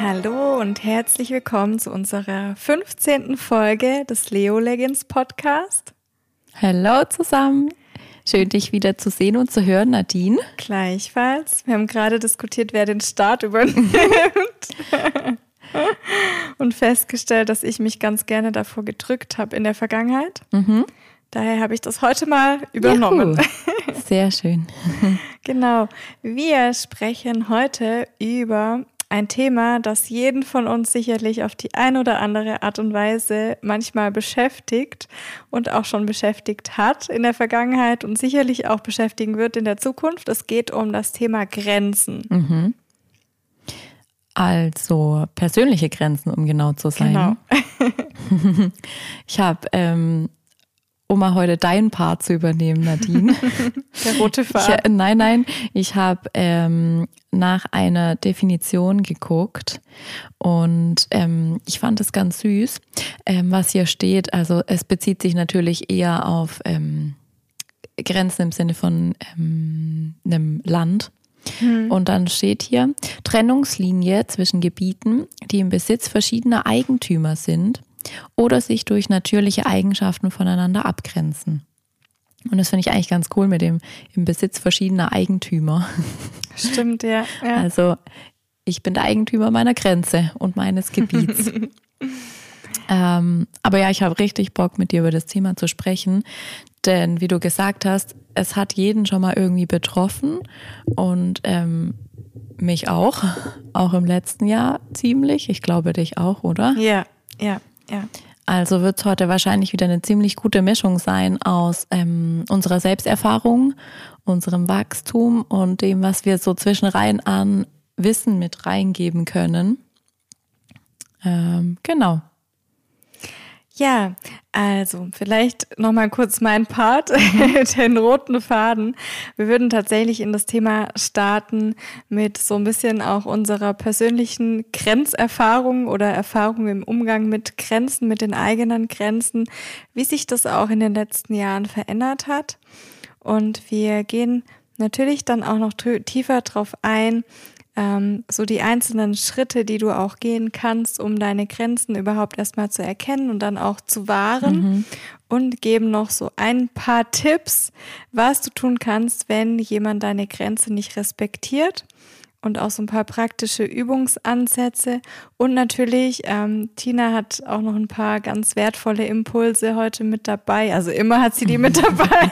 Hallo und herzlich willkommen zu unserer 15. Folge des Leo Leggins Podcast. Hallo zusammen. Schön, dich wieder zu sehen und zu hören, Nadine. Gleichfalls. Wir haben gerade diskutiert, wer den Start übernimmt und festgestellt, dass ich mich ganz gerne davor gedrückt habe in der Vergangenheit. Daher habe ich das heute mal übernommen. Juhu. Sehr schön. Genau. Wir sprechen heute über ein Thema, das jeden von uns sicherlich auf die ein oder andere Art und Weise manchmal beschäftigt und auch schon beschäftigt hat in der Vergangenheit und sicherlich auch beschäftigen wird in der Zukunft. Es geht um das Thema Grenzen. Also persönliche Grenzen, um genau zu sein. Genau. Ich habe, um mal heute deinen Part zu übernehmen, Nadine. Der rote Faden. Nein. Ich habe nach einer Definition geguckt und ich fand es ganz süß, was hier steht. Also es bezieht sich natürlich eher auf Grenzen im Sinne von einem Land. Und dann steht hier Trennungslinie zwischen Gebieten, die im Besitz verschiedener Eigentümer sind oder sich durch natürliche Eigenschaften voneinander abgrenzen. Und das finde ich eigentlich ganz cool mit dem im Besitz verschiedener Eigentümer. Stimmt, ja. Also ich bin der Eigentümer meiner Grenze und meines Gebiets. Aber ja, ich habe richtig Bock, mit dir über das Thema zu sprechen. Denn wie du gesagt hast, es hat jeden schon mal irgendwie betroffen und mich auch im letzten Jahr ziemlich. Ich glaube, dich auch, oder? Ja. Also wird es heute wahrscheinlich wieder eine ziemlich gute Mischung sein aus unserer Selbsterfahrung, unserem Wachstum und dem, was wir so zwischenrein an Wissen mit reingeben können. Genau. Ja, also vielleicht nochmal kurz mein Part, den roten Faden. Wir würden tatsächlich in das Thema starten mit so ein bisschen auch unserer persönlichen Grenzerfahrung oder Erfahrung im Umgang mit Grenzen, mit den eigenen Grenzen, wie sich das auch in den letzten Jahren verändert hat. Und wir gehen natürlich dann auch noch tiefer drauf ein, so die einzelnen Schritte, die du auch gehen kannst, um deine Grenzen überhaupt erstmal zu erkennen und dann auch zu wahren und geben noch so ein paar Tipps, was du tun kannst, wenn jemand deine Grenze nicht respektiert und auch so ein paar praktische Übungsansätze und natürlich, Tina hat auch noch ein paar ganz wertvolle Impulse heute mit dabei, also immer hat sie die mit dabei.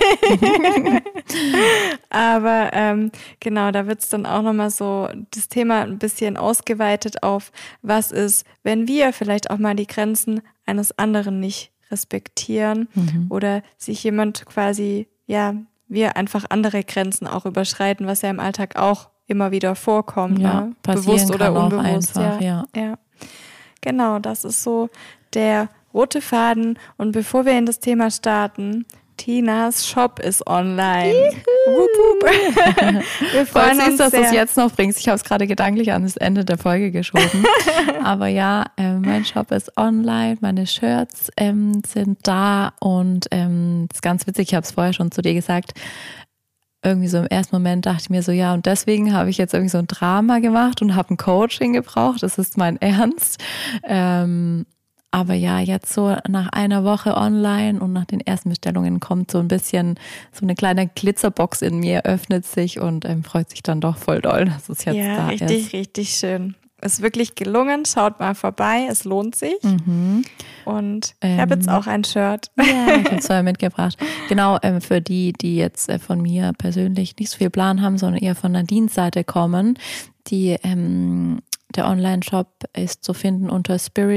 Aber genau, da wird es dann auch nochmal so das Thema ein bisschen ausgeweitet auf, was ist, wenn wir vielleicht auch mal die Grenzen eines anderen nicht respektieren oder sich jemand quasi, ja, wir einfach andere Grenzen auch überschreiten, was ja im Alltag auch immer wieder vorkommt, ja, ne? Bewusst oder unbewusst. Einfach, ja. Genau, das ist so der rote Faden. Und bevor wir in das Thema starten, Tinas Shop ist online. Wup, wup. Wir freuen uns dass sehr. du es jetzt noch bringst. Ich habe es gerade gedanklich an das Ende der Folge geschoben. Aber ja, mein Shop ist online, meine Shirts sind da und das ist ganz witzig, ich habe es vorher schon zu dir gesagt, irgendwie so im ersten Moment dachte ich mir so, ja, und deswegen habe ich jetzt irgendwie so ein Drama gemacht und habe ein Coaching gebraucht, das ist mein Ernst. Aber ja, jetzt so nach einer Woche online und nach den ersten Bestellungen kommt so ein bisschen, so eine kleine Glitzerbox in mir, öffnet sich und freut sich dann doch voll doll, dass es jetzt da ist. Ja, richtig schön. Ist wirklich gelungen, schaut mal vorbei, es lohnt sich. Und ich habe jetzt auch ein Shirt. Ja, ich habe es vorher mitgebracht. Genau, für die jetzt von mir persönlich nicht so viel Plan haben, sondern eher von Nadines Seite kommen, der Online-Shop ist zu finden unter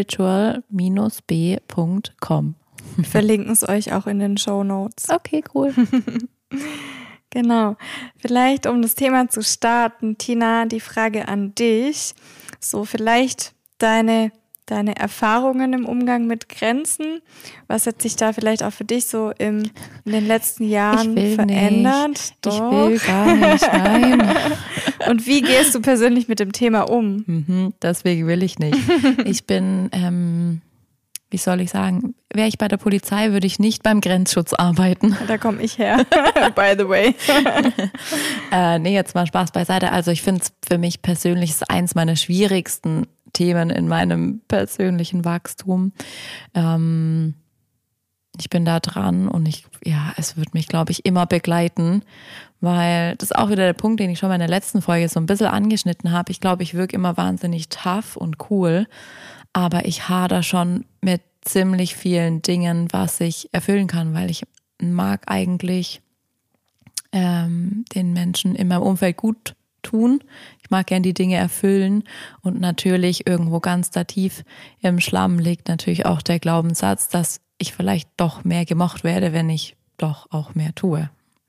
spiritual-b.com. Wir verlinken es euch auch in den Shownotes. Okay, cool. Genau. Vielleicht, um das Thema zu starten, Tina, die Frage an dich. So vielleicht deine Erfahrungen im Umgang mit Grenzen. Was hat sich da vielleicht auch für dich so in den letzten Jahren verändert? Nicht. Ich will gar nicht, nein. Und wie gehst du persönlich mit dem Thema um? Deswegen will ich nicht. Ich bin, wie soll ich sagen, wäre ich bei der Polizei, würde ich nicht beim Grenzschutz arbeiten. Da komme ich her, by the way. Nee, jetzt mal Spaß beiseite. Also ich finde es für mich persönlich ist eins meiner schwierigsten Themen in meinem persönlichen Wachstum. Ich bin da dran und es wird mich, glaube ich, immer begleiten, weil das ist auch wieder der Punkt, den ich schon mal in der letzten Folge so ein bisschen angeschnitten habe. Ich glaube, ich wirke immer wahnsinnig tough und cool, aber ich hader schon mit ziemlich vielen Dingen, was ich erfüllen kann, weil ich mag eigentlich den Menschen in meinem Umfeld gut tun. Ich mag gern die Dinge erfüllen und natürlich irgendwo ganz da tief im Schlamm liegt natürlich auch der Glaubenssatz, dass ich vielleicht doch mehr gemocht werde, wenn ich doch auch mehr tue.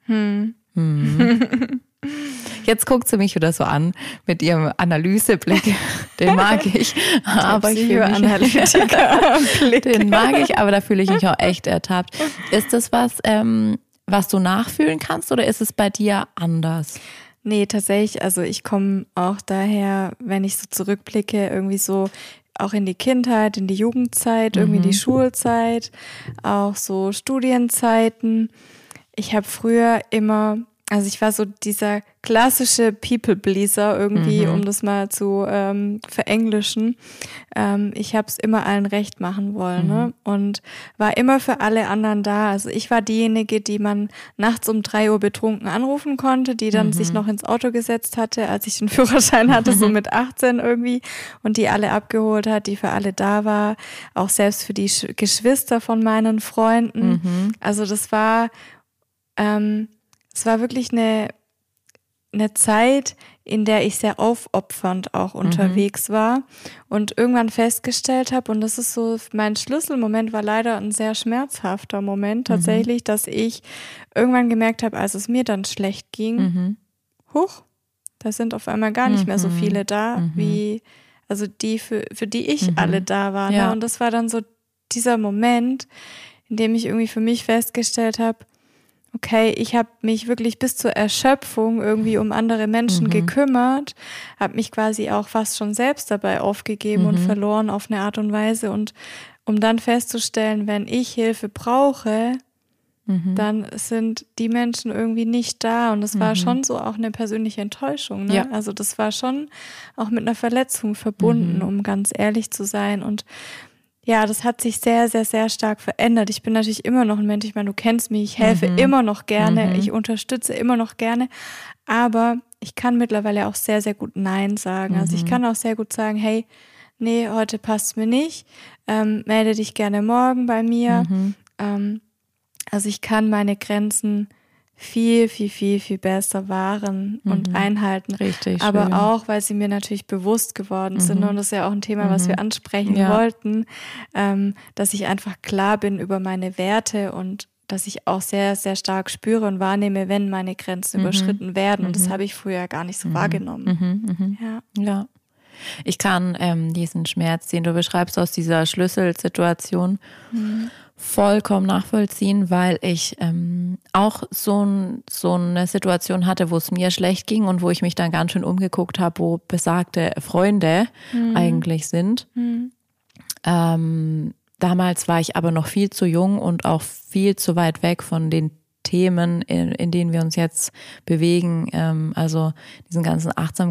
Jetzt guckt sie mich wieder so an mit ihrem Analyseblick. Den mag ich. Aber ich fühle mich Analytiker-Blick. Den mag ich, aber da fühle ich mich auch echt ertappt. Ist das was du nachfühlen kannst oder ist es bei dir anders? Nee, tatsächlich, also ich komme auch daher, wenn ich so zurückblicke, irgendwie so auch in die Kindheit, in die Jugendzeit, irgendwie die Schulzeit, auch so Studienzeiten. Ich habe früher immer, also ich war so dieser klassische People-Pleaser irgendwie, um das mal zu verenglischen. Ich habe es immer allen recht machen wollen, ne? Und war immer für alle anderen da. Also ich war diejenige, die man nachts um 3 Uhr betrunken anrufen konnte, die dann sich noch ins Auto gesetzt hatte, als ich den Führerschein hatte, so mit 18 irgendwie, und die alle abgeholt hat, die für alle da war, auch selbst für die Geschwister von meinen Freunden. Also das war wirklich eine Zeit, in der ich sehr aufopfernd auch unterwegs war und irgendwann festgestellt habe, und das ist so, mein Schlüsselmoment war leider ein sehr schmerzhafter Moment tatsächlich, dass ich irgendwann gemerkt habe, als es mir dann schlecht ging, da sind auf einmal gar nicht mehr so viele da, wie, also die, für die ich alle da war. Ne? Und das war dann so dieser Moment, in dem ich irgendwie für mich festgestellt habe, okay, ich habe mich wirklich bis zur Erschöpfung irgendwie um andere Menschen gekümmert, habe mich quasi auch fast schon selbst dabei aufgegeben und verloren auf eine Art und Weise. Und um dann festzustellen, wenn ich Hilfe brauche, dann sind die Menschen irgendwie nicht da. Und das war schon so auch eine persönliche Enttäuschung. Ne? Ja. Also das war schon auch mit einer Verletzung verbunden, um ganz ehrlich zu sein. Und ja, das hat sich sehr, sehr, sehr stark verändert. Ich bin natürlich immer noch ein Mensch, ich meine, du kennst mich, ich helfe immer noch gerne, ich unterstütze immer noch gerne, aber ich kann mittlerweile auch sehr, sehr gut Nein sagen. Also ich kann auch sehr gut sagen, hey, nee, heute passt mir nicht, melde dich gerne morgen bei mir. Also ich kann meine Grenzen viel, viel, viel, viel besser wahren und einhalten. Richtig aber schön. Auch, weil sie mir natürlich bewusst geworden sind. Und das ist ja auch ein Thema, was wir ansprechen wollten, dass ich einfach klar bin über meine Werte und dass ich auch sehr, sehr stark spüre und wahrnehme, wenn meine Grenzen überschritten werden. Und das habe ich früher gar nicht so wahrgenommen. Ja. Ich kann diesen Schmerz, den du beschreibst aus dieser Schlüsselsituation, vollkommen nachvollziehen, weil ich auch so eine Situation hatte, wo es mir schlecht ging und wo ich mich dann ganz schön umgeguckt habe, wo besagte Freunde eigentlich sind. Damals war ich aber noch viel zu jung und auch viel zu weit weg von den Themen, in denen wir uns jetzt bewegen, also diesen ganzen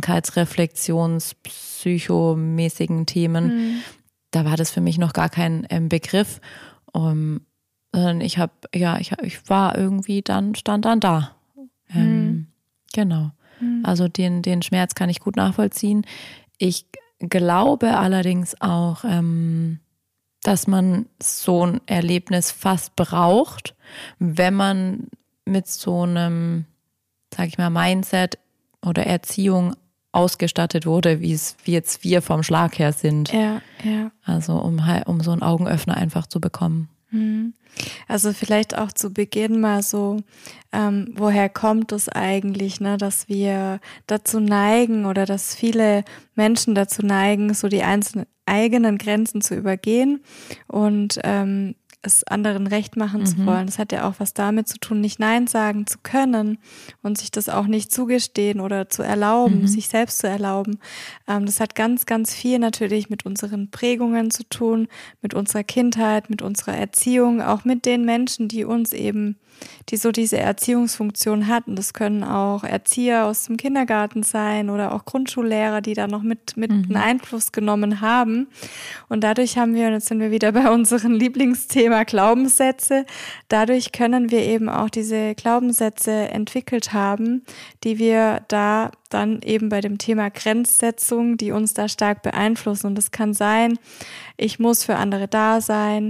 Achtsamkeitsreflexions-psychomäßigen Themen, da war das für mich noch gar kein Begriff. Ich war irgendwie stand dann da. Genau. Also den Schmerz kann ich gut nachvollziehen. Ich glaube allerdings auch, dass man so ein Erlebnis fast braucht, wenn man mit so einem, sag ich mal, Mindset oder Erziehung ausgestattet wurde, wie jetzt wir vom Schlag her sind. Ja. Also um so einen Augenöffner einfach zu bekommen. Also vielleicht auch zu Beginn mal so, woher kommt es eigentlich, ne, dass wir dazu neigen oder dass viele Menschen dazu neigen, so die einzelnen eigenen Grenzen zu übergehen und es anderen recht machen zu wollen. Das hat ja auch was damit zu tun, nicht Nein sagen zu können und sich das auch nicht zugestehen oder zu erlauben, sich selbst zu erlauben. Das hat ganz, ganz viel natürlich mit unseren Prägungen zu tun, mit unserer Kindheit, mit unserer Erziehung, auch mit den Menschen, die uns eben, die so diese Erziehungsfunktion hatten. Das können auch Erzieher aus dem Kindergarten sein oder auch Grundschullehrer, die da noch mit einen Einfluss genommen haben. Und dadurch haben wir, und jetzt sind wir wieder bei unserem Lieblingsthema Glaubenssätze, dadurch können wir eben auch diese Glaubenssätze entwickelt haben, die wir da dann eben bei dem Thema Grenzsetzung, die uns da stark beeinflussen. Und das kann sein, ich muss für andere da sein,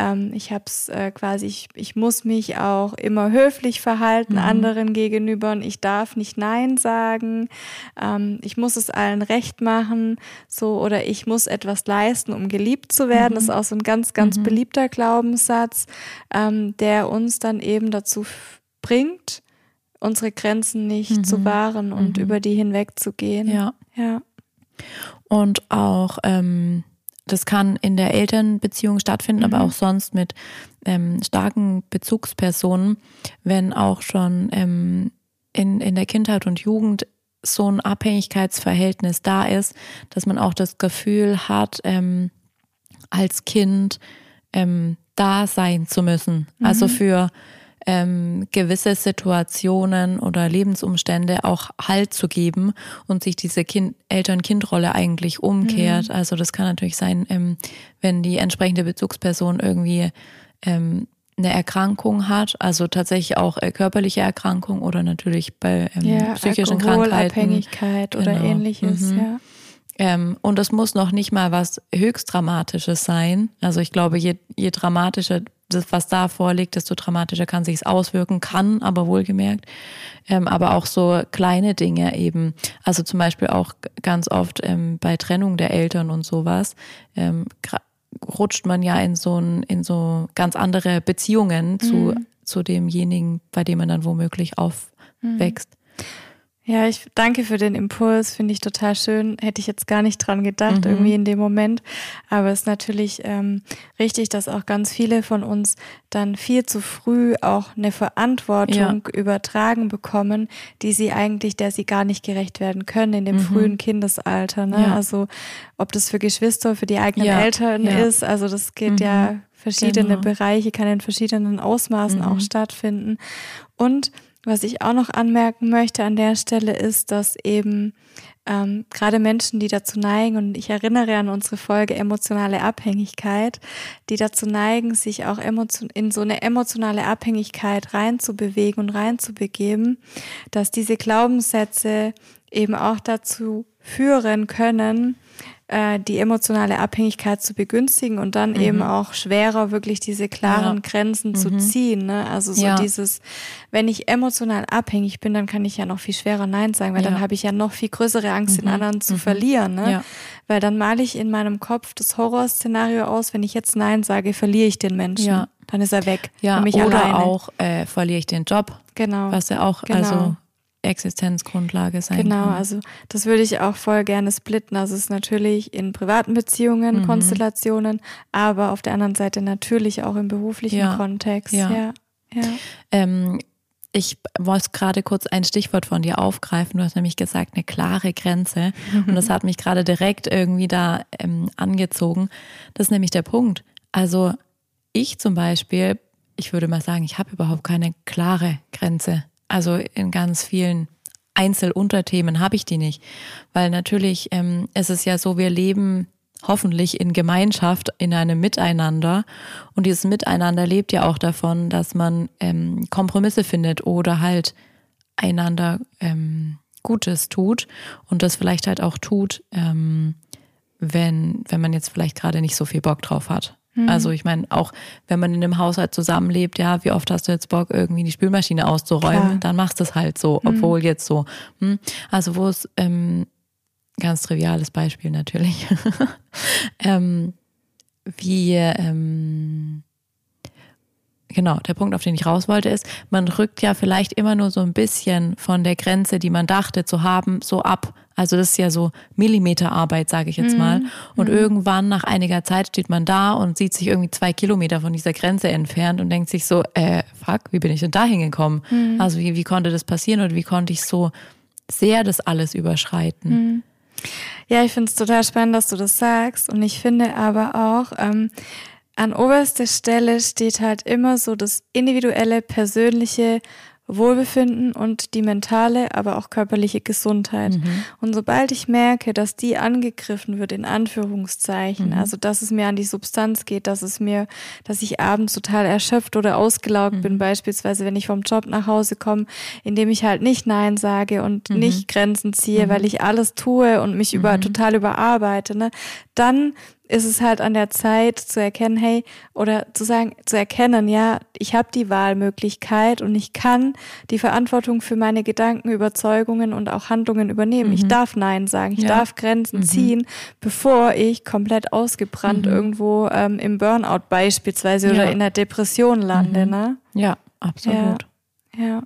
ich muss mich auch immer höflich verhalten anderen gegenüber und ich darf nicht Nein sagen, ich muss es allen recht machen, so, oder ich muss etwas leisten, um geliebt zu werden. Das ist auch so ein ganz, ganz beliebter Glaubenssatz, der uns dann eben dazu bringt, unsere Grenzen nicht zu wahren und über die hinwegzugehen. Ja. Ja. Und auch, das kann in der Elternbeziehung stattfinden, aber auch sonst mit starken Bezugspersonen, wenn auch schon in der Kindheit und Jugend so ein Abhängigkeitsverhältnis da ist, dass man auch das Gefühl hat, als Kind da sein zu müssen. Also für gewisse Situationen oder Lebensumstände auch Halt zu geben und sich diese Eltern-Kind-Rolle eigentlich umkehrt. Also das kann natürlich sein, wenn die entsprechende Bezugsperson irgendwie eine Erkrankung hat, also tatsächlich auch körperliche Erkrankung oder natürlich bei psychischen Krankheiten. Alkoholabhängigkeit oder ähnliches, ja. Und es muss noch nicht mal was höchst Dramatisches sein. Also ich glaube, je dramatischer das, was da vorliegt, desto dramatischer kann sich's auswirken, kann aber wohlgemerkt. Aber auch so kleine Dinge eben. Also zum Beispiel auch ganz oft bei Trennung der Eltern und sowas rutscht man ja in so ganz andere Beziehungen zu demjenigen, bei dem man dann womöglich aufwächst. Ja, ich danke für den Impuls, finde ich total schön. Hätte ich jetzt gar nicht dran gedacht, irgendwie in dem Moment. Aber es ist natürlich richtig, dass auch ganz viele von uns dann viel zu früh auch eine Verantwortung übertragen bekommen, der sie gar nicht gerecht werden können in dem frühen Kindesalter. Ne? Ja. Also ob das für Geschwister, für die eigenen Eltern ist, also das geht ja verschiedene Bereiche, kann in verschiedenen Ausmaßen auch stattfinden. Und was ich auch noch anmerken möchte an der Stelle ist, dass eben gerade Menschen, die dazu neigen, und ich erinnere an unsere Folge emotionale Abhängigkeit, die dazu neigen, sich auch in so eine emotionale Abhängigkeit reinzubewegen und reinzubegeben, dass diese Glaubenssätze eben auch dazu führen können, die emotionale Abhängigkeit zu begünstigen und dann eben auch schwerer wirklich diese klaren Grenzen zu ziehen. Ne? Also so dieses, wenn ich emotional abhängig bin, dann kann ich ja noch viel schwerer Nein sagen, weil dann habe ich ja noch viel größere Angst, den anderen zu verlieren. Ne? Ja. Weil dann male ich in meinem Kopf das Horrorszenario aus, wenn ich jetzt Nein sage, verliere ich den Menschen. Ja. Dann ist er weg. Ja, für mich oder alleine. Auch verliere ich den Job. Genau. Was ja auch, also Existenzgrundlage sein kann. Genau, also das würde ich auch voll gerne splitten. Also es ist natürlich in privaten Beziehungen, Konstellationen, aber auf der anderen Seite natürlich auch im beruflichen Kontext. Ja. Ich wollte gerade kurz ein Stichwort von dir aufgreifen. Du hast nämlich gesagt, eine klare Grenze. Und das hat mich gerade direkt irgendwie da angezogen. Das ist nämlich der Punkt. Also ich zum Beispiel, ich würde mal sagen, ich habe überhaupt keine klare Grenze. Also in ganz vielen Einzelunterthemen habe ich die nicht. Weil natürlich ist es ja so, wir leben hoffentlich in Gemeinschaft, in einem Miteinander. Und dieses Miteinander lebt ja auch davon, dass man Kompromisse findet oder halt einander Gutes tut und das vielleicht halt auch tut, wenn man jetzt vielleicht gerade nicht so viel Bock drauf hat. Also ich meine, auch wenn man in einem Haushalt zusammenlebt, ja, wie oft hast du jetzt Bock, irgendwie die Spülmaschine auszuräumen, Klar. Dann machst du es halt so, obwohl jetzt so. Also wo es, ganz triviales Beispiel natürlich, genau, der Punkt, auf den ich raus wollte, ist, man rückt ja vielleicht immer nur so ein bisschen von der Grenze, die man dachte zu haben, so ab. Also das ist ja so Millimeterarbeit, sage ich jetzt mal. Und irgendwann nach einiger Zeit steht man da und sieht sich irgendwie 2 Kilometer von dieser Grenze entfernt und denkt sich so, fuck, wie bin ich denn da hingekommen? Also wie konnte das passieren oder wie konnte ich so sehr das alles überschreiten? Ja, ich finde es total spannend, dass du das sagst. Und ich finde aber auch, an oberster Stelle steht halt immer so das individuelle, persönliche Wohlbefinden und die mentale, aber auch körperliche Gesundheit. Und sobald ich merke, dass die angegriffen wird, in Anführungszeichen, also dass es mir an die Substanz geht, dass ich abends total erschöpft oder ausgelaugt bin, beispielsweise wenn ich vom Job nach Hause komme, indem ich halt nicht Nein sage und nicht Grenzen ziehe, weil ich alles tue und mich total überarbeite, ne, dann ist es halt an der Zeit zu erkennen, hey, oder zu erkennen, ja, ich habe die Wahlmöglichkeit und ich kann die Verantwortung für meine Gedanken, Überzeugungen und auch Handlungen übernehmen. Ich darf Nein sagen, ich darf Grenzen ziehen, bevor ich komplett ausgebrannt irgendwo im Burnout beispielsweise oder in der Depression lande. Ne? Ja, absolut. Ja.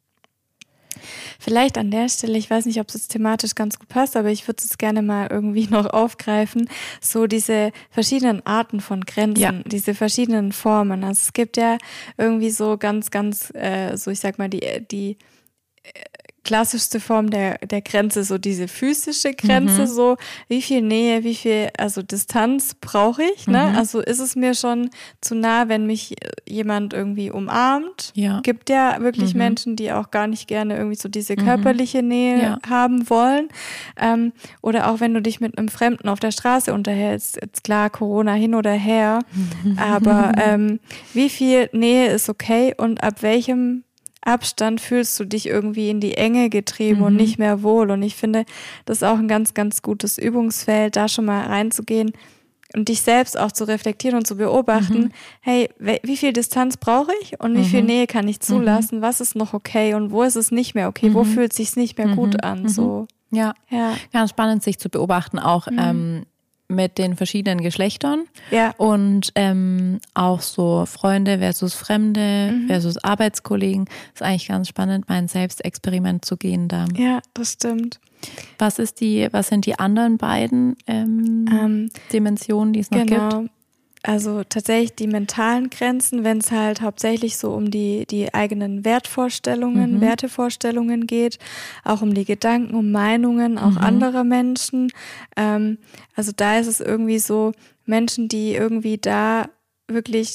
Vielleicht an der Stelle, ich weiß nicht, ob es thematisch ganz gut passt, aber ich würde es gerne mal irgendwie noch aufgreifen, so diese verschiedenen Arten von Grenzen, diese verschiedenen Formen. Also es gibt ja irgendwie so ganz, so ich sag mal, die klassischste Form der Grenze, so diese physische Grenze, so wie viel Nähe, also Distanz brauche ich, ne? Also ist es mir schon zu nah, wenn mich jemand irgendwie umarmt? Ja. Gibt ja wirklich Menschen, die auch gar nicht gerne irgendwie so diese körperliche Nähe haben wollen. Oder auch wenn du dich mit einem Fremden auf der Straße unterhältst, jetzt klar, Corona hin oder her, aber wie viel Nähe ist okay und ab welchem Abstand fühlst du dich irgendwie in die Enge getrieben und nicht mehr wohl. Und ich finde, das ist auch ein ganz, ganz gutes Übungsfeld, da schon mal reinzugehen und dich selbst auch zu reflektieren und zu beobachten, hey, wie viel Distanz brauche ich und wie viel Nähe kann ich zulassen? Was ist noch okay und wo ist es nicht mehr okay? Wo fühlt es sich nicht mehr gut an? So. Ja, ganz spannend, sich zu beobachten, auch mit den verschiedenen Geschlechtern und auch so Freunde versus Fremde versus Arbeitskollegen. Ist eigentlich ganz spannend, mal ein Selbstexperiment zu gehen da. Ja, das stimmt. Was sind die anderen beiden Dimensionen, die es noch gibt? Also tatsächlich die mentalen Grenzen, wenn es halt hauptsächlich so um die eigenen Wertevorstellungen geht, auch um die Gedanken, um Meinungen auch anderer Menschen. Also da ist es irgendwie so, Menschen, die irgendwie da wirklich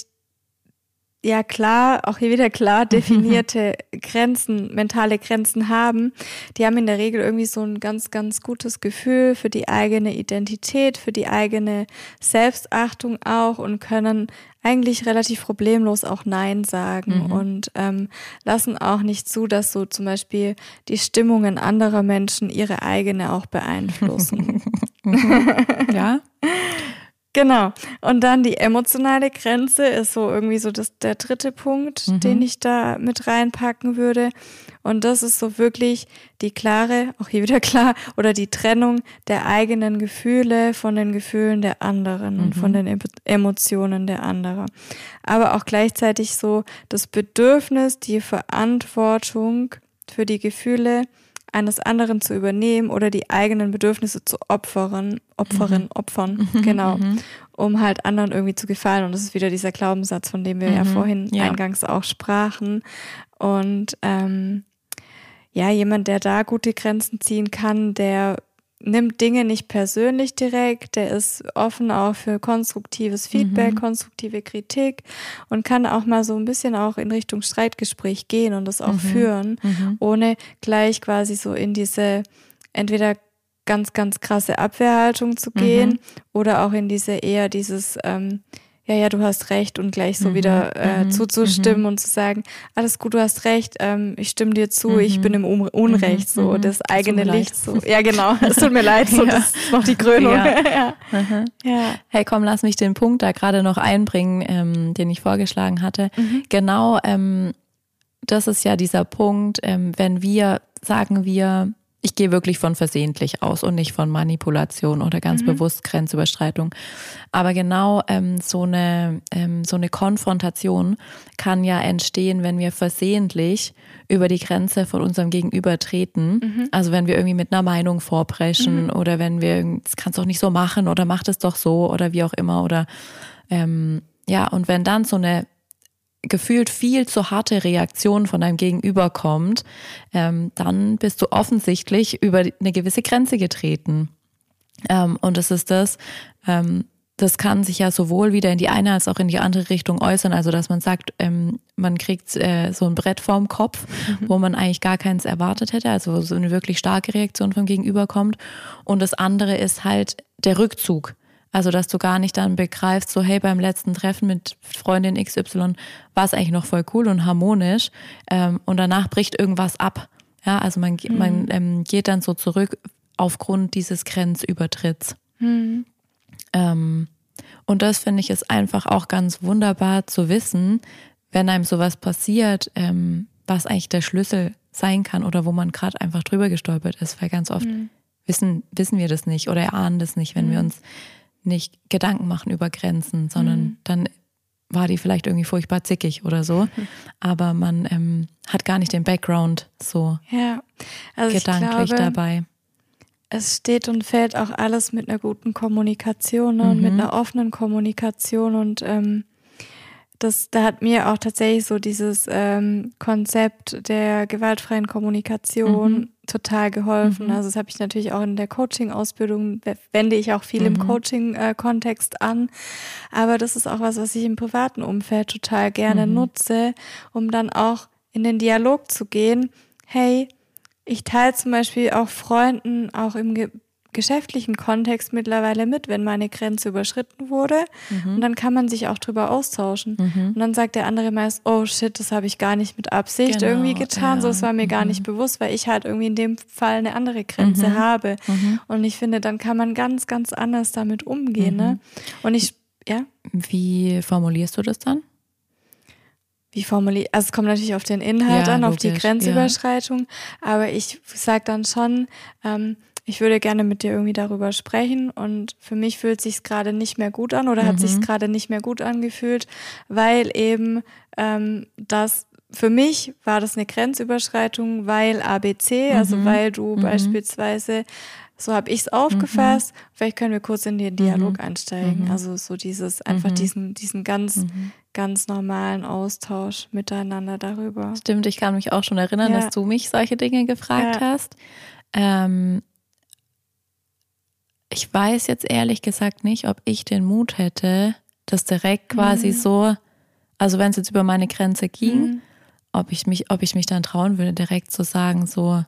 auch hier wieder klar definierte Grenzen, mentale Grenzen haben, die haben in der Regel irgendwie so ein ganz, ganz gutes Gefühl für die eigene Identität, für die eigene Selbstachtung auch und können eigentlich relativ problemlos auch Nein sagen und lassen auch nicht zu, dass so zum Beispiel die Stimmungen anderer Menschen ihre eigene auch beeinflussen. Ja. Genau. Und dann die emotionale Grenze ist so irgendwie so der dritte Punkt, den ich da mit reinpacken würde. Und das ist so wirklich die klare, auch hier wieder klar, oder die Trennung der eigenen Gefühle von den Gefühlen der anderen und von den Emotionen der anderen. Aber auch gleichzeitig so das Bedürfnis, die Verantwortung für die Gefühle eines anderen zu übernehmen oder die eigenen Bedürfnisse zu opfern, genau, um halt anderen irgendwie zu gefallen. Und das ist wieder dieser Glaubenssatz, von dem wir ja vorhin eingangs auch sprachen. Und jemand, der da gute Grenzen ziehen kann, der nimmt Dinge nicht persönlich direkt, der ist offen auch für konstruktives Feedback, konstruktive Kritik und kann auch mal so ein bisschen auch in Richtung Streitgespräch gehen und das auch führen, ohne gleich quasi so in diese entweder ganz, ganz krasse Abwehrhaltung zu gehen oder auch in diese eher dieses du hast recht und gleich so wieder zuzustimmen und zu sagen, alles gut, du hast recht, ich stimme dir zu, ich bin im Unrecht, so das eigene Licht. So. Ja, genau, es tut mir leid, so das ist noch die Krönung. Ja. Hey, komm, lass mich den Punkt da gerade noch einbringen, den ich vorgeschlagen hatte. Genau, das ist ja dieser Punkt, wenn wir sagen, wir ich gehe wirklich von versehentlich aus und nicht von Manipulation oder ganz bewusst Grenzüberschreitung. Aber genau so eine Konfrontation kann ja entstehen, wenn wir versehentlich über die Grenze von unserem Gegenüber treten. Also wenn wir irgendwie mit einer Meinung vorpreschen oder wenn wir, das kannst du doch nicht so machen oder mach das doch so oder wie auch immer. Oder und wenn dann so eine gefühlt viel zu harte Reaktion von deinem Gegenüber kommt, dann bist du offensichtlich über eine gewisse Grenze getreten. Und das ist das kann sich ja sowohl wieder in die eine als auch in die andere Richtung äußern. Also dass man sagt, man kriegt so ein Brett vorm Kopf, wo man eigentlich gar keins erwartet hätte, also wo so eine wirklich starke Reaktion vom Gegenüber kommt. Und das andere ist halt der Rückzug. Also, dass du gar nicht dann begreifst, so hey, beim letzten Treffen mit Freundin XY war es eigentlich noch voll cool und harmonisch und danach bricht irgendwas ab. Ja, also man geht dann so zurück aufgrund dieses Grenzübertritts. Und das finde ich ist einfach auch ganz wunderbar zu wissen, wenn einem sowas passiert, was eigentlich der Schlüssel sein kann oder wo man gerade einfach drüber gestolpert ist, weil ganz oft wissen wir das nicht oder erahnen das nicht, wenn wir uns nicht Gedanken machen über Grenzen, sondern dann war die vielleicht irgendwie furchtbar zickig oder so. Aber man hat gar nicht den Background so gedanklich ich glaube, dabei. Es steht und fällt auch alles mit einer guten Kommunikation, ne? Und mit einer offenen Kommunikation und da hat mir auch tatsächlich so dieses Konzept der gewaltfreien Kommunikation total geholfen. Also das habe ich natürlich auch in der Coaching-Ausbildung, wende ich auch viel im Coaching-Kontext an. Aber das ist auch was ich im privaten Umfeld total gerne nutze, um dann auch in den Dialog zu gehen. Hey, ich teile zum Beispiel auch Freunden auch im geschäftlichen Kontext mittlerweile mit, wenn meine Grenze überschritten wurde. Und dann kann man sich auch drüber austauschen. Und dann sagt der andere meist, oh shit, das habe ich gar nicht mit Absicht irgendwie getan. So, es war mir gar nicht bewusst, weil ich halt irgendwie in dem Fall eine andere Grenze habe. Und ich finde, dann kann man ganz, ganz anders damit umgehen. Ne? Und Wie formulierst du das dann? Also es kommt natürlich auf den Inhalt an, logisch, auf die Grenzüberschreitung. Aber ich sage dann schon, ich würde gerne mit dir irgendwie darüber sprechen und für mich fühlt sich's gerade nicht mehr gut an oder hat sich's gerade nicht mehr gut angefühlt, weil eben für mich war das eine Grenzüberschreitung, weil ABC, also weil du beispielsweise, so habe ich es aufgefasst, vielleicht können wir kurz in den Dialog einsteigen, also so dieses, einfach diesen ganz normalen Austausch miteinander darüber. Stimmt, ich kann mich auch schon erinnern, dass du mich solche Dinge gefragt hast. Ich weiß jetzt ehrlich gesagt nicht, ob ich den Mut hätte, das direkt quasi so, also wenn es jetzt über meine Grenze ging, ob ich mich dann trauen würde, direkt zu sagen, so,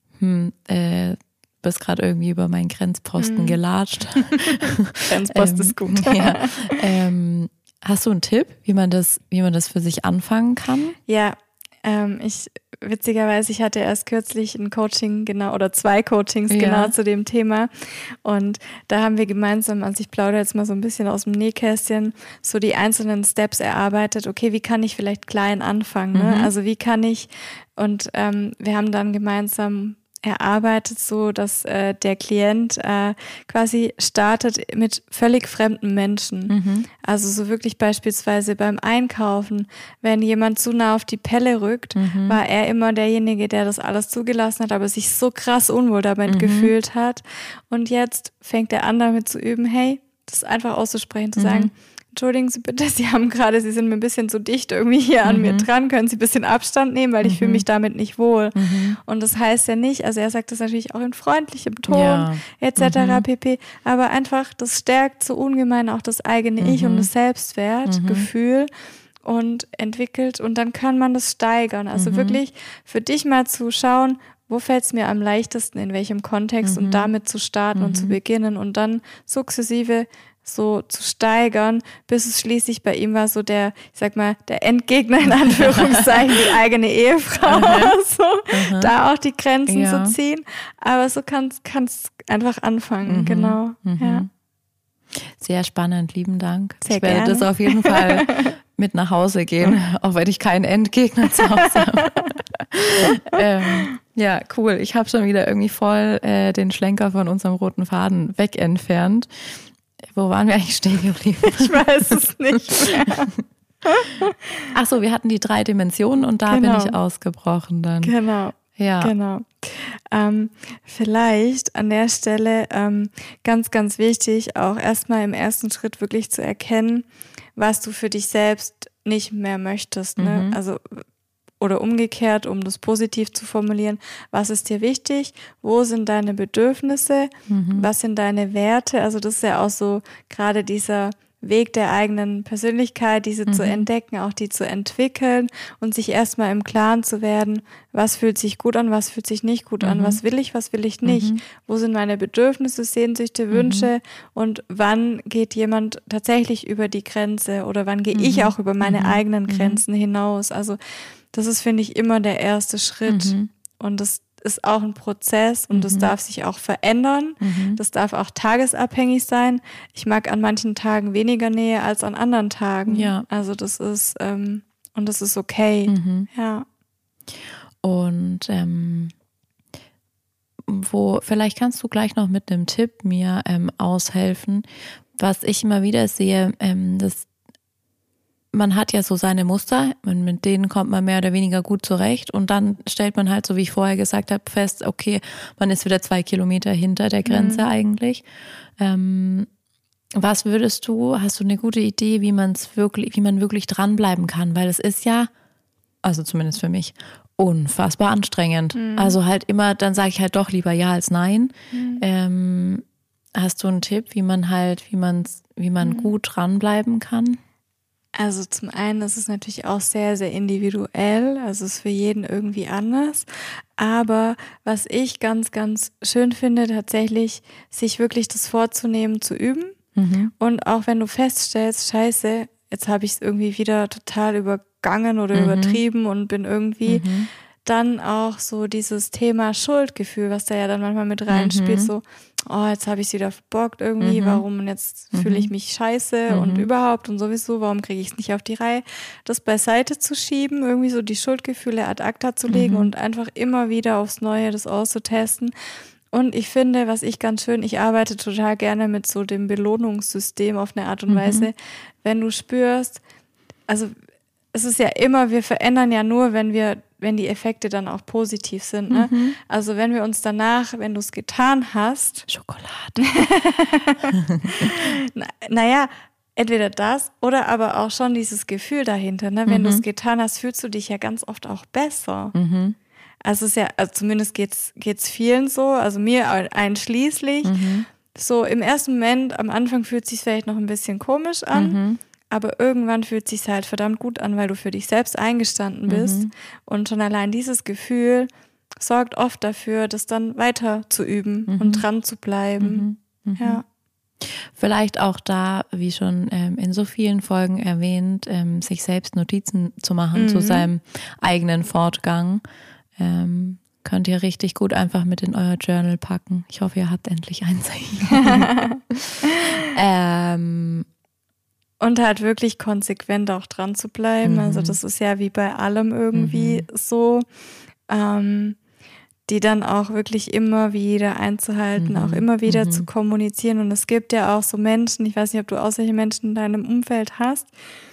bist gerade irgendwie über meinen Grenzposten gelatscht. Grenzpost ist gut. Hast du einen Tipp, wie man das für sich anfangen kann? Ja, witzigerweise, ich hatte erst kürzlich ein Coaching, oder 2 Coachings genau zu dem Thema. Und da haben wir gemeinsam, also ich plaudere jetzt mal so ein bisschen aus dem Nähkästchen, so die einzelnen Steps erarbeitet. Okay, wie kann ich vielleicht klein anfangen? Ne? Also wie kann ich, und wir haben dann gemeinsam erarbeitet, so dass der Klient quasi startet mit völlig fremden Menschen. Also so wirklich beispielsweise beim Einkaufen, wenn jemand zu nah auf die Pelle rückt, war er immer derjenige, der das alles zugelassen hat, aber sich so krass unwohl damit gefühlt hat. Und jetzt fängt er an damit zu üben, hey, das einfach auszusprechen, zu sagen, entschuldigen Sie bitte, Sie sind mir ein bisschen zu dicht irgendwie hier an mir dran, können Sie ein bisschen Abstand nehmen, weil ich fühle mich damit nicht wohl. Und das heißt ja nicht, also er sagt das natürlich auch in freundlichem Ton, etc. pp. Aber einfach, das stärkt so ungemein auch das eigene Ich und das Selbstwertgefühl und entwickelt und dann kann man das steigern. Also wirklich für dich mal zu schauen, wo fällt es mir am leichtesten, in welchem Kontext und damit zu starten und zu beginnen und dann sukzessive so zu steigern, bis es schließlich bei ihm war so der Endgegner in Anführungszeichen, die eigene Ehefrau, da auch die Grenzen zu ziehen. Aber so kannst einfach anfangen, genau. Ja. Sehr spannend, lieben Dank. Sehr ich werde gerne. das auf jeden Fall mit nach Hause gehen, auch wenn ich keinen Endgegner zu Hause habe. Ja, cool. Ich habe schon wieder irgendwie voll den Schlenker von unserem roten Faden wegentfernt. Wo waren wir eigentlich stehen geblieben? Ich weiß es nicht mehr. Ach so, wir hatten die 3 Dimensionen und da bin ich ausgebrochen dann. Genau. Ja. Genau. Vielleicht an der Stelle ganz, ganz wichtig, auch erstmal im ersten Schritt wirklich zu erkennen, was du für dich selbst nicht mehr möchtest. Ne? Also oder umgekehrt, um das positiv zu formulieren, was ist dir wichtig, wo sind deine Bedürfnisse, was sind deine Werte, also das ist ja auch so gerade dieser Weg der eigenen Persönlichkeit, diese zu entdecken, auch die zu entwickeln und sich erstmal im Klaren zu werden, was fühlt sich gut an, was fühlt sich nicht gut an, was will ich nicht, wo sind meine Bedürfnisse, Sehnsüchte, Wünsche und wann geht jemand tatsächlich über die Grenze oder wann gehe ich auch über meine eigenen Grenzen hinaus, also das ist, finde ich, immer der erste Schritt und das ist auch ein Prozess und das darf sich auch verändern. Das darf auch tagesabhängig sein. Ich mag an manchen Tagen weniger Nähe als an anderen Tagen. Ja. Also das ist, und das ist okay. Ja. Und vielleicht kannst du gleich noch mit einem Tipp mir aushelfen, was ich immer wieder sehe, man hat ja so seine Muster, mit denen kommt man mehr oder weniger gut zurecht und dann stellt man halt, so wie ich vorher gesagt habe, fest, okay, man ist wieder 2 Kilometer hinter der Grenze eigentlich. Was hast du eine gute Idee, wie man wirklich dranbleiben kann? Weil es ist ja, also zumindest für mich, unfassbar anstrengend. Also halt immer, dann sage ich halt doch lieber ja als nein. Hast du einen Tipp, wie man gut dranbleiben kann? Also zum einen ist es natürlich auch sehr, sehr individuell, also es ist für jeden irgendwie anders, aber was ich ganz, ganz schön finde, tatsächlich sich wirklich das vorzunehmen, zu üben und auch wenn du feststellst, scheiße, jetzt habe ich es irgendwie wieder total übergangen oder übertrieben und bin irgendwie dann auch so dieses Thema Schuldgefühl, was da ja dann manchmal mit reinspielt, so, oh, jetzt habe ich es wieder verbockt irgendwie, warum und jetzt fühle ich mich scheiße und überhaupt und sowieso, warum kriege ich es nicht auf die Reihe, das beiseite zu schieben, irgendwie so die Schuldgefühle ad acta zu legen und einfach immer wieder aufs Neue das auszutesten. Und ich finde, was ich ganz schön, ich arbeite total gerne mit so dem Belohnungssystem auf eine Art und Weise, wenn du spürst, also es ist ja immer, wir verändern ja nur, wenn die Effekte dann auch positiv sind. Ne? Also wenn wir uns danach, wenn du es getan hast. Schokolade. Naja, entweder das oder aber auch schon dieses Gefühl dahinter. Ne? Wenn du es getan hast, fühlst du dich ja ganz oft auch besser. Also es ist ja, also zumindest geht's vielen so, also mir einschließlich. So im ersten Moment, am Anfang fühlt es sich vielleicht noch ein bisschen komisch an. Aber irgendwann fühlt es sich halt verdammt gut an, weil du für dich selbst eingestanden bist. Und schon allein dieses Gefühl sorgt oft dafür, das dann weiter zu üben und dran zu bleiben. Ja. Vielleicht auch da, wie schon in so vielen Folgen erwähnt, sich selbst Notizen zu machen zu seinem eigenen Fortgang. Könnt ihr richtig gut einfach mit in euer Journal packen. Ich hoffe, ihr habt endlich eins. Und halt wirklich konsequent auch dran zu bleiben. Also das ist ja wie bei allem irgendwie so, die dann auch wirklich immer wieder einzuhalten, auch immer wieder zu kommunizieren. Und es gibt ja auch so Menschen, ich weiß nicht, ob du auch solche Menschen in deinem Umfeld hast.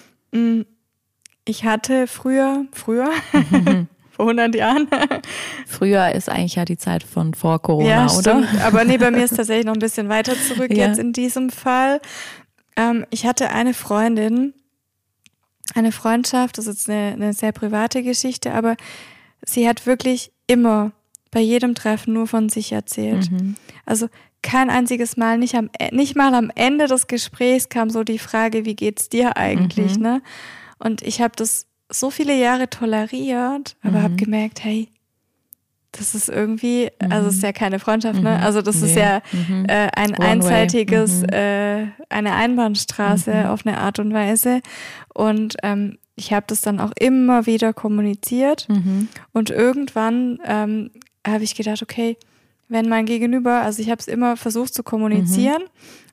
Ich hatte früher, vor 100 Jahren. Früher ist eigentlich ja die Zeit von vor Corona, ja, oder? Stimmt. Aber nee, bei mir ist tatsächlich noch ein bisschen weiter zurück jetzt in diesem Fall. Ich hatte eine Freundin, eine Freundschaft, das ist eine sehr private Geschichte, aber sie hat wirklich immer bei jedem Treffen nur von sich erzählt. Also kein einziges Mal, nicht mal am Ende des Gesprächs kam so die Frage, wie geht's dir eigentlich, ne? Und ich habe das so viele Jahre toleriert, aber habe gemerkt, hey, das ist irgendwie, also es ist ja keine Freundschaft, ne? Also das ist ja ein einseitiges, eine Einbahnstraße auf eine Art und Weise. Und ich habe das dann auch immer wieder kommuniziert. Und irgendwann habe ich gedacht, okay, wenn mein Gegenüber, also ich habe es immer versucht zu kommunizieren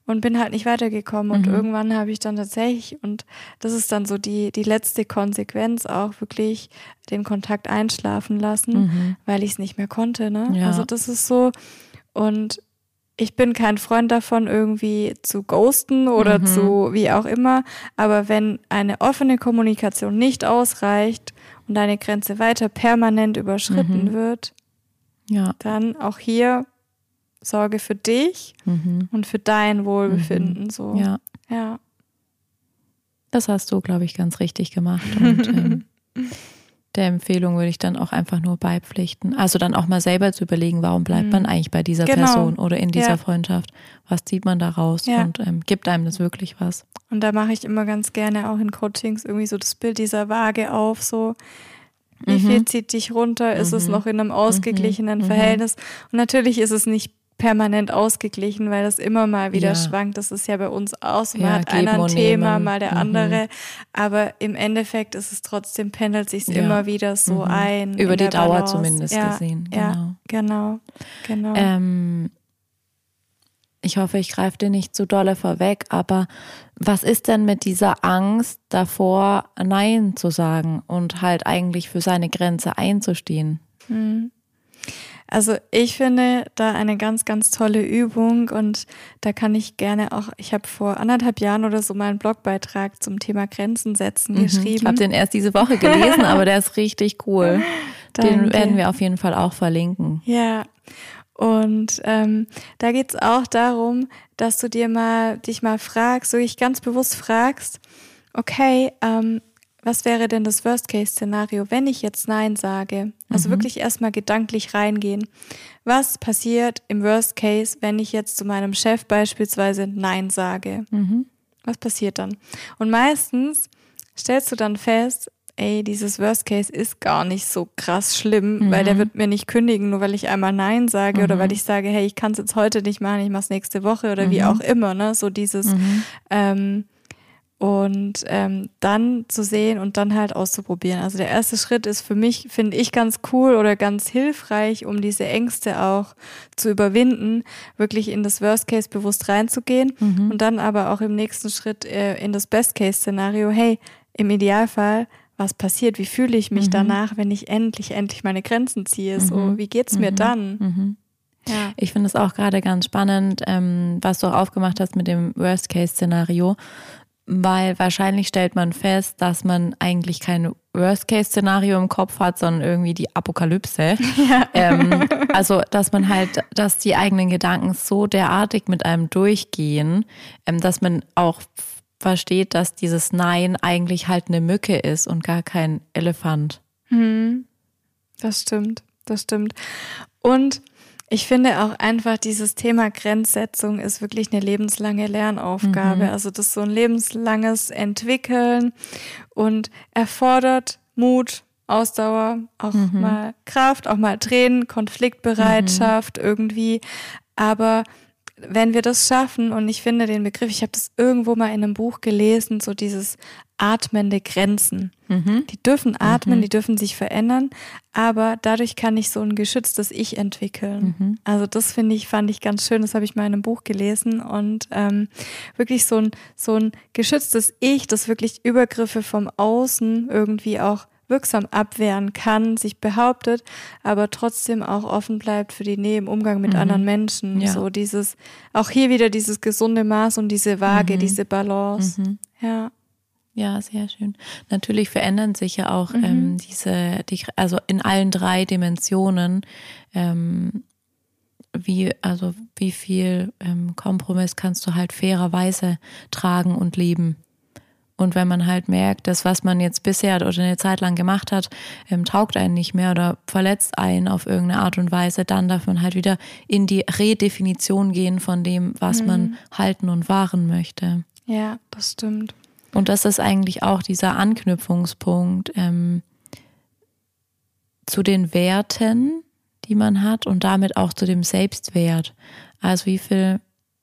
und bin halt nicht weitergekommen. Und irgendwann habe ich dann tatsächlich, und das ist dann so die letzte Konsequenz, auch wirklich den Kontakt einschlafen lassen, weil ich es nicht mehr konnte. Ne? Ja. Also das ist so, und ich bin kein Freund davon, irgendwie zu ghosten oder zu wie auch immer. Aber wenn eine offene Kommunikation nicht ausreicht und deine Grenze weiter permanent überschritten wird, dann auch hier Sorge für dich und für dein Wohlbefinden. So. Ja. Das hast du, glaube ich, ganz richtig gemacht. Und der Empfehlung würde ich dann auch einfach nur beipflichten. Also dann auch mal selber zu überlegen, warum bleibt man eigentlich bei dieser Person oder in dieser Freundschaft? Was zieht man da raus und gibt einem das wirklich was? Und da mache ich immer ganz gerne auch in Coachings irgendwie so das Bild dieser Waage auf, so wie viel zieht dich runter? Ist es noch in einem ausgeglichenen Verhältnis? Und natürlich ist es nicht permanent ausgeglichen, weil das immer mal wieder schwankt. Das ist ja bei uns auch so. Man hat einer ein Thema, mal der andere. Aber im Endeffekt ist es trotzdem, pendelt sich immer wieder so ein. Über die Dauer zumindest gesehen. Genau. Ich hoffe, ich greife dir nicht zu dolle vorweg, aber was ist denn mit dieser Angst davor, Nein zu sagen und halt eigentlich für seine Grenze einzustehen? Also ich finde da eine ganz, ganz tolle Übung, und da kann ich gerne auch, ich habe vor 1,5 Jahren oder so mal einen Blogbeitrag zum Thema Grenzen setzen geschrieben. Ich habe den erst diese Woche gelesen, aber der ist richtig cool. Den werden wir auf jeden Fall auch verlinken. Ja, und da geht's auch darum, dass du dich mal fragst, so dich ganz bewusst fragst, okay, was wäre denn das Worst-Case-Szenario, wenn ich jetzt Nein sage? Also wirklich erstmal gedanklich reingehen. Was passiert im Worst-Case, wenn ich jetzt zu meinem Chef beispielsweise Nein sage? Was passiert dann? Und meistens stellst du dann fest, dieses Worst-Case ist gar nicht so krass schlimm, weil der wird mir nicht kündigen, nur weil ich einmal Nein sage oder weil ich sage, hey, ich kann es jetzt heute nicht machen, ich mach's nächste Woche oder wie auch immer, ne? So dieses und dann zu sehen und dann halt auszuprobieren. Also der erste Schritt ist für mich, finde ich, ganz cool oder ganz hilfreich, um diese Ängste auch zu überwinden, wirklich in das Worst-Case bewusst reinzugehen und dann aber auch im nächsten Schritt in das Best-Case-Szenario, hey, im Idealfall, was passiert, wie fühle ich mich danach, wenn ich endlich meine Grenzen ziehe, so, wie geht's mir dann? Ja. Ich finde es auch gerade ganz spannend, was du auch aufgemacht hast mit dem Worst-Case-Szenario, weil wahrscheinlich stellt man fest, dass man eigentlich kein Worst-Case-Szenario im Kopf hat, sondern irgendwie die Apokalypse. Also, dass die eigenen Gedanken so derartig mit einem durchgehen, dass man auch versteht, dass dieses Nein eigentlich halt eine Mücke ist und gar kein Elefant. Das stimmt. Und ich finde auch einfach, dieses Thema Grenzsetzung ist wirklich eine lebenslange Lernaufgabe. Also das ist so ein lebenslanges Entwickeln und erfordert Mut, Ausdauer, auch mal Kraft, auch mal Tränen, Konfliktbereitschaft irgendwie. Aber wenn wir das schaffen, und ich finde den Begriff, ich habe das irgendwo mal in einem Buch gelesen, so dieses atmende Grenzen. Die dürfen atmen, die dürfen sich verändern, aber dadurch kann ich so ein geschütztes Ich entwickeln. Also das fand ich ganz schön, das habe ich mal in einem Buch gelesen, und wirklich so ein geschütztes Ich, das wirklich Übergriffe vom Außen irgendwie auch wirksam abwehren kann, sich behauptet, aber trotzdem auch offen bleibt für die Nähe im Umgang mit anderen Menschen. Ja. So auch hier wieder dieses gesunde Maß und diese Waage, diese Balance. Ja, sehr schön. Natürlich verändern sich ja auch also in allen 3 Dimensionen, wie viel Kompromiss kannst du halt fairerweise tragen und leben. Und wenn man halt merkt, dass was man jetzt bisher oder eine Zeit lang gemacht hat, taugt einen nicht mehr oder verletzt einen auf irgendeine Art und Weise, dann darf man halt wieder in die Redefinition gehen von dem, was man halten und wahren möchte. Ja, das stimmt. Und das ist eigentlich auch dieser Anknüpfungspunkt zu den Werten, die man hat, und damit auch zu dem Selbstwert. Also wie viel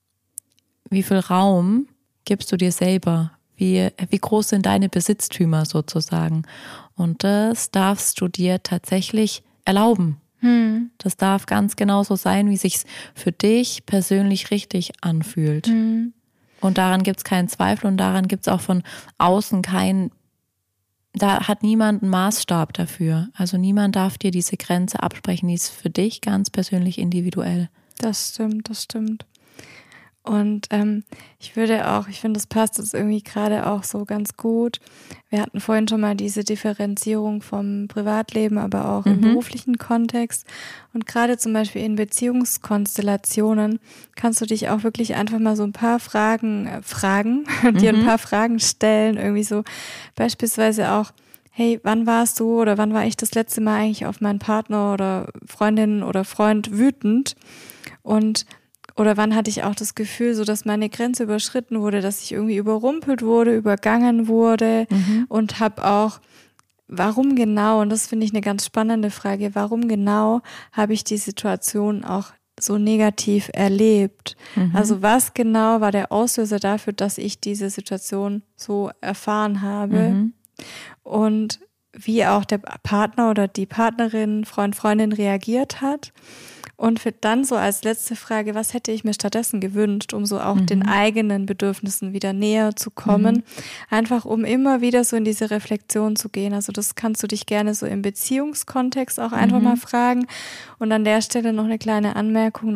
Raum gibst du dir selber? Wie groß sind deine Besitztümer sozusagen? Und das darfst du dir tatsächlich erlauben. Das darf ganz genau so sein, wie sich's für dich persönlich richtig anfühlt. Und daran gibt es keinen Zweifel und daran gibt es auch von außen da hat niemand einen Maßstab dafür. Also niemand darf dir diese Grenze absprechen, die ist für dich ganz persönlich individuell. Das stimmt. Und ich finde, das passt jetzt irgendwie gerade auch so ganz gut. Wir hatten vorhin schon mal diese Differenzierung vom Privatleben, aber auch im beruflichen Kontext. Und gerade zum Beispiel in Beziehungskonstellationen kannst du dich auch wirklich einfach mal so ein paar dir ein paar Fragen stellen. Irgendwie so beispielsweise auch, hey, wann warst du oder wann war ich das letzte Mal eigentlich auf meinen Partner oder Freundin oder Freund wütend? Oder wann hatte ich auch das Gefühl, so dass meine Grenze überschritten wurde, dass ich irgendwie überrumpelt wurde, übergangen wurde und habe auch, warum genau, und das finde ich eine ganz spannende Frage, warum genau habe ich die Situation auch so negativ erlebt? Also was genau war der Auslöser dafür, dass ich diese Situation so erfahren habe? Und wie auch der Partner oder die Partnerin, Freund, Freundin reagiert hat. Und für dann so als letzte Frage, was hätte ich mir stattdessen gewünscht, um so auch den eigenen Bedürfnissen wieder näher zu kommen, einfach um immer wieder so in diese Reflexion zu gehen. Also das kannst du dich gerne so im Beziehungskontext auch einfach mal fragen. Und an der Stelle noch eine kleine Anmerkung,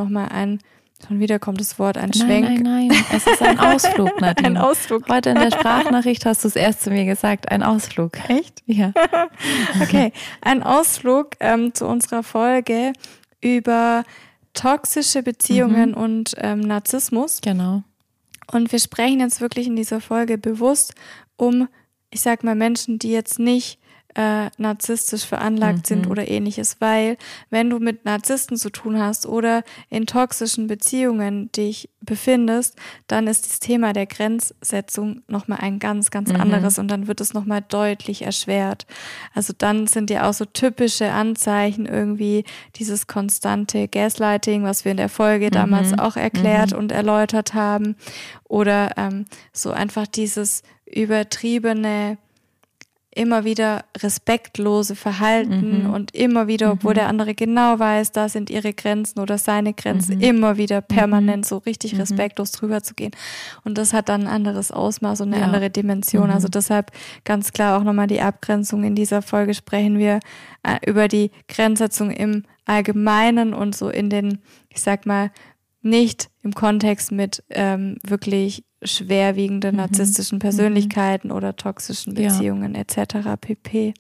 schon wieder kommt das Wort, ein Schwenk. Nein, es ist ein Ausflug, Nadine. Ein Ausflug. Heute in der Sprachnachricht hast du es erst zu mir gesagt, ein Ausflug. Echt? Ja. Okay, ein Ausflug zu unserer Folge über toxische Beziehungen und Narzissmus. Genau. Und wir sprechen jetzt wirklich in dieser Folge bewusst um, ich sag mal, Menschen, die jetzt nicht narzisstisch veranlagt sind oder ähnliches, weil wenn du mit Narzissten zu tun hast oder in toxischen Beziehungen dich befindest, dann ist das Thema der Grenzsetzung nochmal ein ganz, ganz anderes und dann wird es nochmal deutlich erschwert. Also dann sind ja auch so typische Anzeichen irgendwie dieses konstante Gaslighting, was wir in der Folge damals auch erklärt und erläutert haben, oder so einfach dieses übertriebene, immer wieder respektlose Verhalten und immer wieder, obwohl der andere genau weiß, da sind ihre Grenzen oder seine Grenzen, immer wieder permanent so richtig respektlos drüber zu gehen. Und das hat dann ein anderes Ausmaß und eine andere Dimension. Also deshalb ganz klar auch nochmal die Abgrenzung. In dieser Folge sprechen wir über die Grenzsetzung im Allgemeinen und so in den, ich sag mal, nicht im Kontext mit wirklich schwerwiegende narzisstischen Persönlichkeiten oder toxischen Beziehungen etc. pp.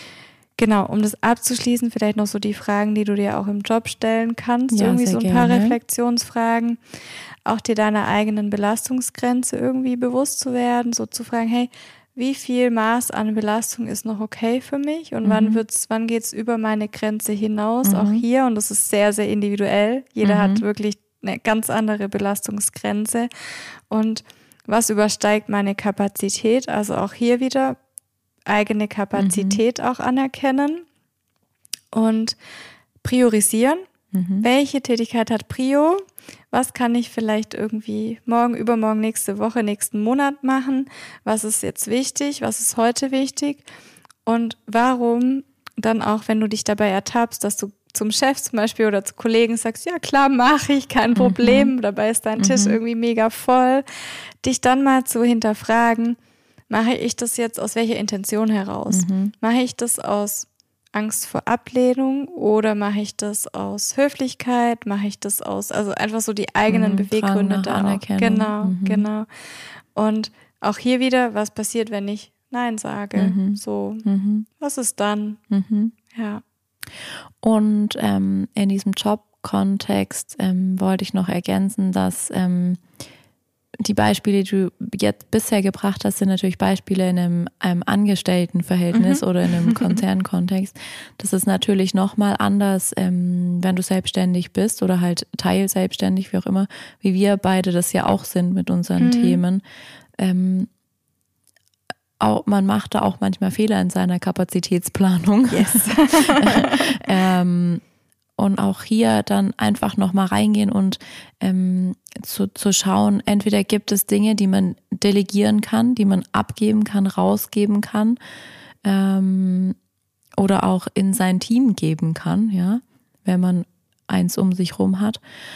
Genau, um das abzuschließen, vielleicht noch so die Fragen, die du dir auch im Job stellen kannst, irgendwie so ein paar Reflexionsfragen, auch dir deiner eigenen Belastungsgrenze irgendwie bewusst zu werden, so zu fragen, hey, wie viel Maß an Belastung ist noch okay für mich und wann geht's über meine Grenze hinaus, auch hier, und das ist sehr, sehr individuell, jeder hat wirklich eine ganz andere Belastungsgrenze. Und was übersteigt meine Kapazität? Also auch hier wieder eigene Kapazität auch anerkennen und priorisieren. Welche Tätigkeit hat Prio? Was kann ich vielleicht irgendwie morgen, übermorgen, nächste Woche, nächsten Monat machen? Was ist jetzt wichtig? Was ist heute wichtig? Und warum dann auch, wenn du dich dabei ertappst, dass du zum Chef zum Beispiel oder zu Kollegen sagst, ja klar, mache ich, kein Problem, dabei ist dein Tisch irgendwie mega voll, dich dann mal zu hinterfragen, mache ich das jetzt aus welcher Intention heraus? Mache ich das aus Angst vor Ablehnung oder mache ich das aus Höflichkeit? Mache ich das aus, also einfach so die eigenen Beweggründe da auch. Genau. Und auch hier wieder, was passiert, wenn ich Nein sage? Was ist dann? Ja. Und in diesem Jobkontext wollte ich noch ergänzen, dass die Beispiele, die du jetzt bisher gebracht hast, sind natürlich Beispiele in einem Angestelltenverhältnis oder in einem Konzernkontext. Das ist natürlich nochmal anders, wenn du selbstständig bist oder halt teilselbstständig, wie auch immer, wie wir beide das ja auch sind mit unseren Themen. Man macht da auch manchmal Fehler in seiner Kapazitätsplanung. Yes. Und auch hier dann einfach nochmal reingehen und zu schauen, entweder gibt es Dinge, die man delegieren kann, die man abgeben kann, rausgeben kann oder auch in sein Team geben kann, ja. wenn man eins um sich rum hat.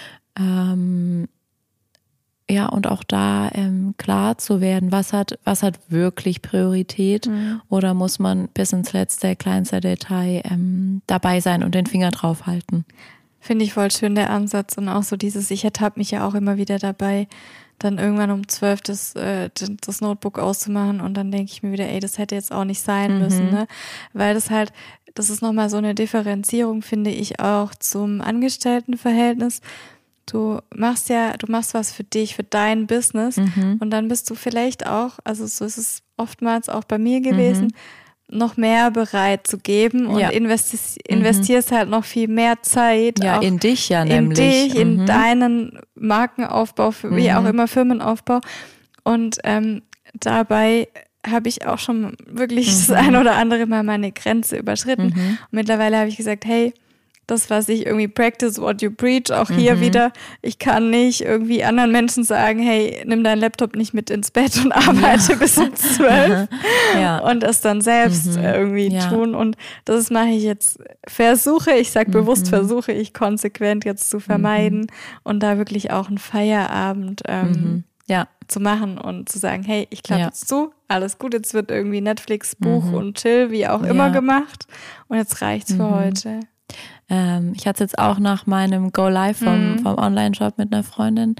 Ja, und auch da klar zu werden, was hat wirklich Priorität, oder muss man bis ins letzte, kleinste Detail dabei sein und den Finger drauf halten. Finde ich voll schön, der Ansatz, und auch so dieses, ich ertappe mich ja auch immer wieder dabei, dann irgendwann um 12 das Notebook auszumachen, und dann denke ich mir wieder, das hätte jetzt auch nicht sein müssen, ne? Weil das ist nochmal so eine Differenzierung, finde ich, auch zum Angestelltenverhältnis. Du machst was für dich, für dein Business, und dann bist du vielleicht auch, also so ist es oftmals auch bei mir gewesen, noch mehr bereit zu geben und investierst halt noch viel mehr Zeit. Ja, auch in dich ja in nämlich. dich, in deinen Markenaufbau, wie auch immer Firmenaufbau. Und dabei habe ich auch schon wirklich das ein oder andere Mal meine Grenze überschritten. Und mittlerweile habe ich gesagt, hey, das, was ich irgendwie practice what you preach, auch hier wieder, ich kann nicht irgendwie anderen Menschen sagen, hey, nimm deinen Laptop nicht mit ins Bett und arbeite bis um 12 und das dann selbst irgendwie tun. Und das mache ich jetzt, bewusst versuche ich konsequent jetzt zu vermeiden und da wirklich auch einen Feierabend zu machen und zu sagen, hey, ich klappe jetzt zu, alles gut, jetzt wird irgendwie Netflix, Buch und Chill, wie auch immer gemacht, und jetzt reicht's für heute. Ich hatte es jetzt auch nach meinem Go Live vom Online-Shop mit einer Freundin,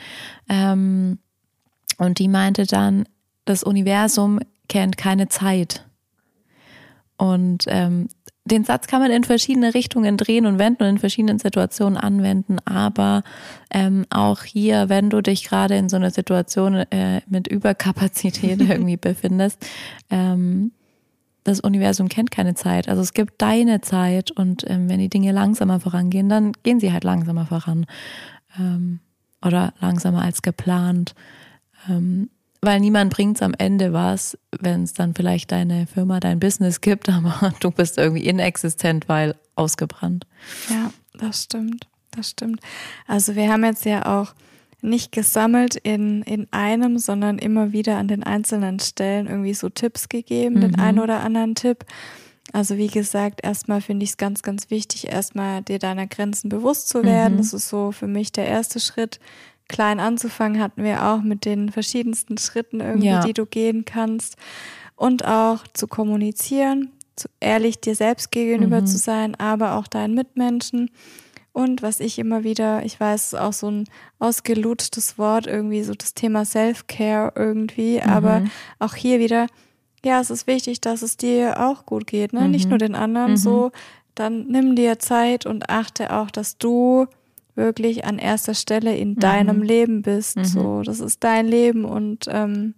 und die meinte dann, das Universum kennt keine Zeit. Und den Satz kann man in verschiedene Richtungen drehen und wenden und in verschiedenen Situationen anwenden, aber auch hier, wenn du dich gerade in so einer Situation mit Überkapazität irgendwie befindest, das Universum kennt keine Zeit. Also es gibt deine Zeit, und wenn die Dinge langsamer vorangehen, dann gehen sie halt langsamer voran. Oder langsamer als geplant. Weil niemand bringt es am Ende was, wenn es dann vielleicht deine Firma, dein Business gibt, aber du bist irgendwie inexistent, weil ausgebrannt. Ja, das stimmt. Also wir haben jetzt ja auch nicht gesammelt in einem, sondern immer wieder an den einzelnen Stellen irgendwie so Tipps gegeben, den einen oder anderen Tipp. Also wie gesagt, erstmal finde ich es ganz, ganz wichtig, erstmal dir deiner Grenzen bewusst zu werden. Das ist so für mich der erste Schritt. Klein anzufangen hatten wir auch mit den verschiedensten Schritten irgendwie, die du gehen kannst. Und auch zu kommunizieren, ehrlich dir selbst gegenüber zu sein, aber auch deinen Mitmenschen. Und was ich immer wieder, ich weiß, es ist auch so ein ausgelutschtes Wort irgendwie, so das Thema Self-Care irgendwie, aber auch hier wieder, ja, es ist wichtig, dass es dir auch gut geht, ne? Nicht nur den anderen so. Dann nimm dir Zeit und achte auch, dass du wirklich an erster Stelle in deinem Leben bist. So, das ist dein Leben, und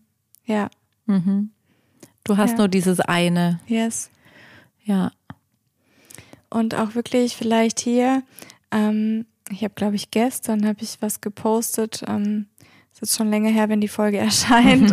Du hast nur dieses eine. Yes. Ja. Und auch wirklich vielleicht hier, ich habe, glaube ich, gestern habe ich was gepostet, ist jetzt schon länger her, wenn die Folge erscheint,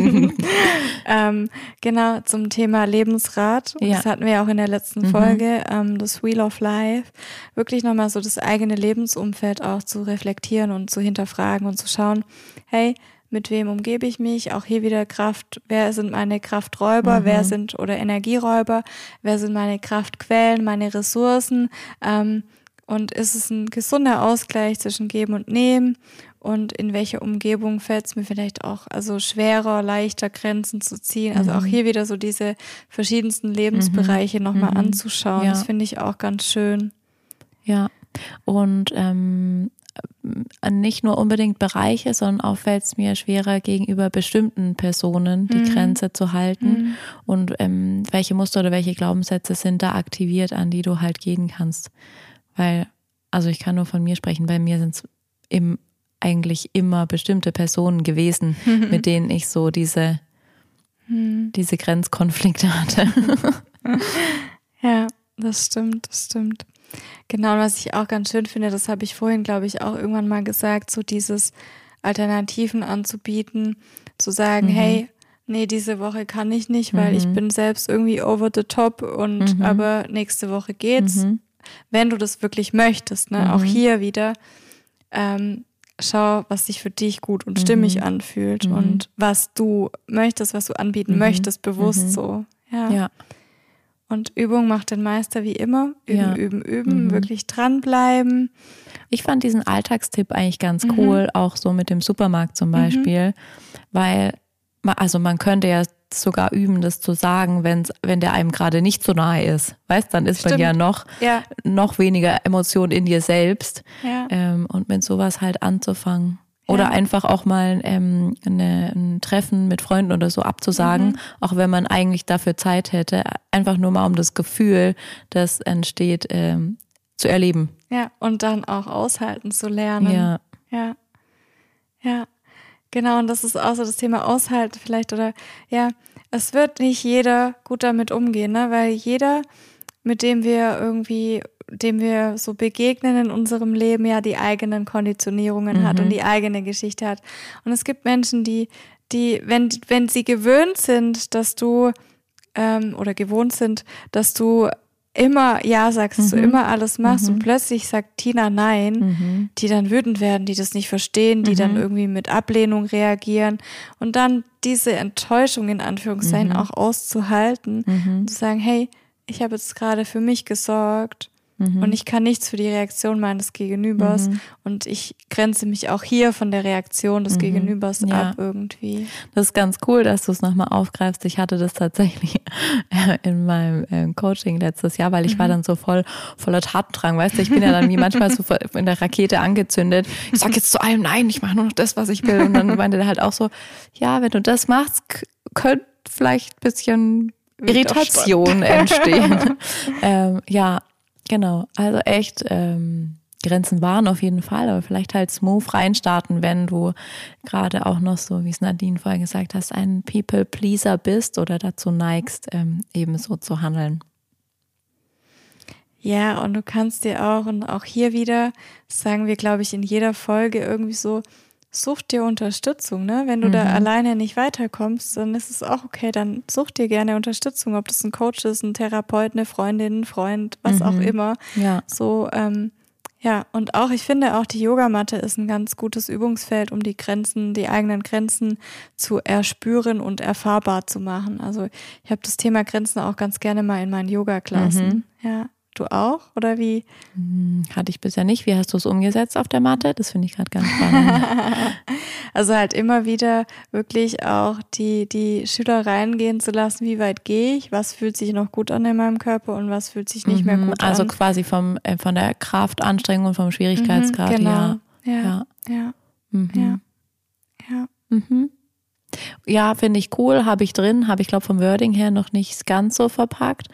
genau, zum Thema Lebensrat. Und das hatten wir ja auch in der letzten Folge, das Wheel of Life, wirklich nochmal so das eigene Lebensumfeld auch zu reflektieren und zu hinterfragen und zu schauen, hey, mit wem umgebe ich mich? Auch hier wieder wer sind meine Krafträuber, oder Energieräuber, wer sind meine Kraftquellen, meine Ressourcen, und ist es ein gesunder Ausgleich zwischen Geben und Nehmen, und in welcher Umgebung fällt es mir vielleicht auch schwerer, leichter Grenzen zu ziehen. Also auch hier wieder so diese verschiedensten Lebensbereiche nochmal anzuschauen. Das finde ich auch ganz schön. Ja, und nicht nur unbedingt Bereiche, sondern auch fällt es mir schwerer, gegenüber bestimmten Personen die Grenze zu halten, und welche Muster oder welche Glaubenssätze sind da aktiviert, an die du halt gehen kannst. Weil, also ich kann nur von mir sprechen, bei mir sind es eigentlich immer bestimmte Personen gewesen, mit denen ich so diese Grenzkonflikte hatte. Ja, das stimmt. Genau, und was ich auch ganz schön finde, das habe ich vorhin, glaube ich, auch irgendwann mal gesagt, so dieses Alternativen anzubieten, zu sagen, hey, nee, diese Woche kann ich nicht, weil ich bin selbst irgendwie over the top, und aber nächste Woche geht's. Wenn du das wirklich möchtest, ne? Auch hier wieder, schau, was sich für dich gut und stimmig anfühlt und was du möchtest, was du anbieten möchtest, bewusst so. Ja. Und Übung macht den Meister wie immer. Üben, Mhm. wirklich dranbleiben. Ich fand diesen Alltagstipp eigentlich ganz cool, auch so mit dem Supermarkt zum Beispiel, weil man könnte ja sogar üben, das zu sagen, wenn der einem gerade nicht so nahe ist. Weißt, dann ist man ja noch weniger Emotion in dir selbst. Ja. Und mit sowas halt anzufangen. Oder einfach auch mal ein Treffen mit Freunden oder so abzusagen, auch wenn man eigentlich dafür Zeit hätte. Einfach nur mal, um das Gefühl, das entsteht, zu erleben. Ja, und dann auch aushalten zu lernen. Ja. Genau, und das ist auch so das Thema Aushalten vielleicht. Oder ja, es wird nicht jeder gut damit umgehen, ne? Weil jeder, mit dem wir so begegnen in unserem Leben, ja die eigenen Konditionierungen hat und die eigene Geschichte hat. Und es gibt Menschen, die wenn sie gewöhnt sind, dass du gewohnt sind, dass du immer Ja sagst, dass du immer alles machst und plötzlich sagt Tina Nein, die dann wütend werden, die das nicht verstehen, die dann irgendwie mit Ablehnung reagieren und dann diese Enttäuschung in Anführungszeichen auch auszuhalten und zu sagen, hey, ich habe jetzt gerade für mich gesorgt und ich kann nichts für die Reaktion meines Gegenübers und ich grenze mich auch hier von der Reaktion des Gegenübers ab irgendwie. Das ist ganz cool, dass du es nochmal aufgreifst. Ich hatte das tatsächlich in meinem Coaching letztes Jahr, weil ich war dann so voller Tatendrang, weißt du, ich bin ja dann wie manchmal so in der Rakete angezündet. Ich sag jetzt zu allem Nein, ich mache nur noch das, was ich will. Und dann meinte der halt auch so, ja, wenn du das machst, könnte vielleicht ein bisschen Irritation entstehen. Ja, genau. Also echt Grenzen wahren auf jeden Fall, aber vielleicht halt smooth reinstarten, wenn du gerade auch noch so, wie es Nadine vorhin gesagt hast, ein People-Pleaser bist oder dazu neigst, eben so zu handeln. Ja, und du kannst dir auch, und auch hier wieder, das sagen wir, glaube ich, in jeder Folge irgendwie so, such dir Unterstützung, ne? Wenn du da alleine nicht weiterkommst, dann ist es auch okay, dann such dir gerne Unterstützung, ob das ein Coach ist, ein Therapeut, eine Freundin, ein Freund, was auch immer. Ja. So, und auch, ich finde auch, die Yogamatte ist ein ganz gutes Übungsfeld, um die eigenen Grenzen zu erspüren und erfahrbar zu machen. Also ich habe das Thema Grenzen auch ganz gerne mal in meinen Yoga-Klassen. Ja. Du auch? Oder wie? Hatte ich bisher nicht. Wie hast du es umgesetzt auf der Matte? Das finde ich gerade ganz spannend. Also halt immer wieder wirklich auch die Schüler reingehen zu lassen, wie weit gehe ich, was fühlt sich noch gut an in meinem Körper und was fühlt sich nicht mehr gut an. Also quasi von der Kraftanstrengung und vom Schwierigkeitsgrad. Genau. Ja. Ja. Ja, finde ich cool, habe ich drin, habe ich glaube vom Wording her noch nicht ganz so verpackt.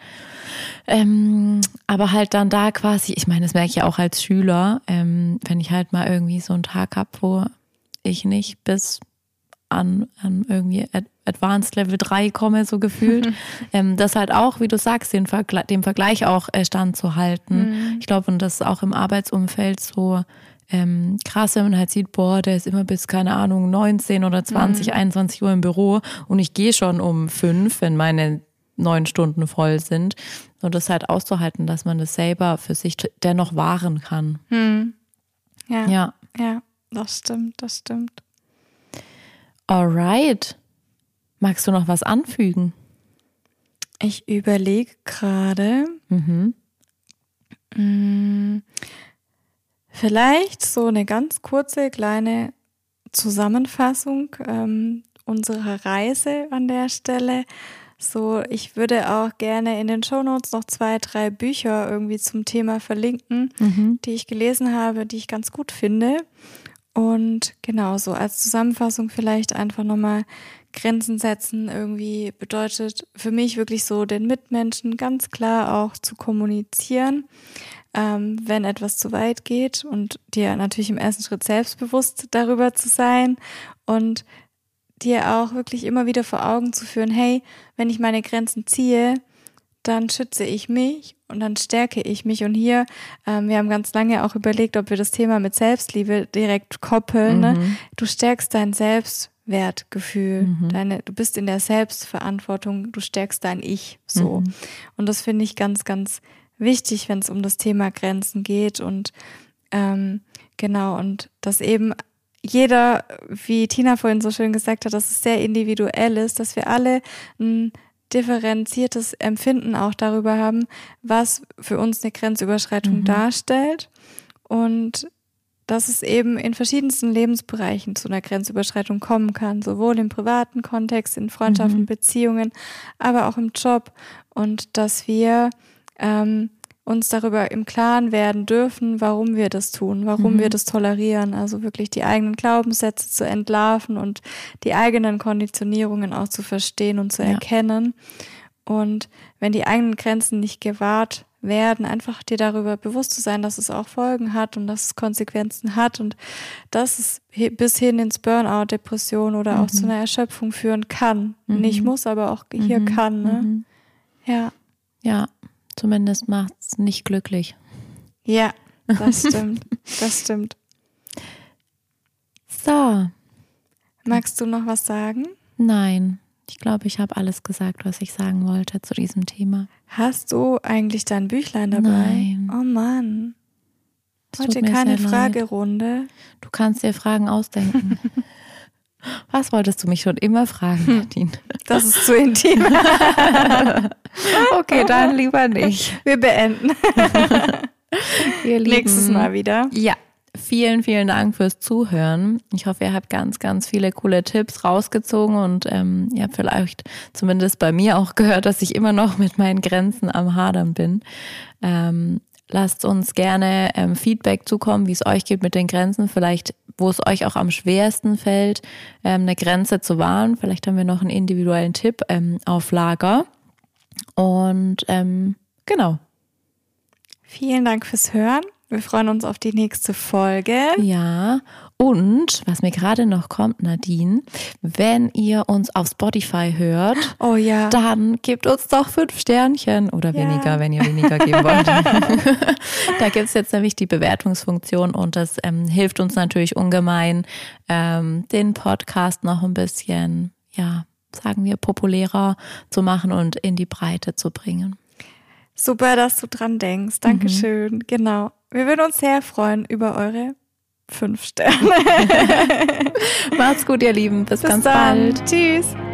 Aber halt dann da quasi, ich meine, das merke ich ja auch als Schüler, wenn ich halt mal irgendwie so einen Tag habe, wo ich nicht bis an irgendwie Advanced Level 3 komme, so gefühlt. Das halt auch, wie du sagst, dem Vergleich auch standzuhalten. Ich glaube, und das ist auch im Arbeitsumfeld so krass, wenn man halt sieht, boah, der ist immer bis, keine Ahnung, 19 oder 20, 21 Uhr im Büro und ich gehe schon um 5, wenn meine 9 Stunden voll sind. Und das halt auszuhalten, dass man das selber für sich dennoch wahren kann. Ja, das stimmt. Alright. Magst du noch was anfügen? Ich überlege gerade. Vielleicht so eine ganz kurze, kleine Zusammenfassung unserer Reise an der Stelle. So, ich würde auch gerne in den Shownotes noch 2, 3 Bücher irgendwie zum Thema verlinken, die ich gelesen habe, die ich ganz gut finde. Und genau, so als Zusammenfassung vielleicht einfach nochmal Grenzen setzen irgendwie bedeutet für mich wirklich so den Mitmenschen ganz klar auch zu kommunizieren, wenn etwas zu weit geht und dir natürlich im ersten Schritt selbstbewusst darüber zu sein und dir auch wirklich immer wieder vor Augen zu führen, hey, wenn ich meine Grenzen ziehe, dann schütze ich mich und dann stärke ich mich. Und hier, wir haben ganz lange auch überlegt, ob wir das Thema mit Selbstliebe direkt koppeln. Ne? Du stärkst dein Selbstwertgefühl, du bist in der Selbstverantwortung, du stärkst dein Ich so. Und das finde ich ganz, ganz wichtig, wenn es um das Thema Grenzen geht. Und genau, und dass eben jeder, wie Tina vorhin so schön gesagt hat, dass es sehr individuell ist, dass wir alle differenziertes Empfinden auch darüber haben, was für uns eine Grenzüberschreitung darstellt und dass es eben in verschiedensten Lebensbereichen zu einer Grenzüberschreitung kommen kann, sowohl im privaten Kontext, in Freundschaften, Beziehungen, aber auch im Job und dass wir uns darüber im Klaren werden dürfen, warum wir das tun, warum wir das tolerieren, also wirklich die eigenen Glaubenssätze zu entlarven und die eigenen Konditionierungen auch zu verstehen und zu erkennen. Und wenn die eigenen Grenzen nicht gewahrt werden, einfach dir darüber bewusst zu sein, dass es auch Folgen hat und dass es Konsequenzen hat und dass es bis hin ins Burnout, Depression oder auch zu einer Erschöpfung führen kann. Nicht muss, aber auch hier kann. Ne? Ja, zumindest macht es nicht glücklich. Ja, das stimmt. Das stimmt. So. Magst du noch was sagen? Nein. Ich glaube, ich habe alles gesagt, was ich sagen wollte zu diesem Thema. Hast du eigentlich dein Büchlein dabei? Nein. Oh Mann. Heute keine Fragerunde. Du kannst dir Fragen ausdenken. Was wolltest du mich schon immer fragen, Nadine? Das ist zu intim. Okay, dann lieber nicht. Wir beenden. Nächstes Mal wieder. Ja. Vielen, vielen Dank fürs Zuhören. Ich hoffe, ihr habt ganz, ganz viele coole Tipps rausgezogen und ihr habt vielleicht zumindest bei mir auch gehört, dass ich immer noch mit meinen Grenzen am Hadern bin. Lasst uns gerne Feedback zukommen, wie es euch geht mit den Grenzen, vielleicht wo es euch auch am schwersten fällt, eine Grenze zu wahren. Vielleicht haben wir noch einen individuellen Tipp auf Lager. Und genau. Vielen Dank fürs Hören. Wir freuen uns auf die nächste Folge. Ja, und was mir gerade noch kommt, Nadine, wenn ihr uns auf Spotify hört, dann gebt uns doch 5 Sternchen oder weniger, wenn ihr weniger geben wollt. Da gibt es jetzt nämlich die Bewertungsfunktion und das hilft uns natürlich ungemein, den Podcast noch ein bisschen, sagen wir, populärer zu machen und in die Breite zu bringen. Super, dass du dran denkst. Dankeschön. Genau. Wir würden uns sehr freuen über eure 5 Sterne. Macht's gut, ihr Lieben. Bis ganz dann. bald. Tschüss.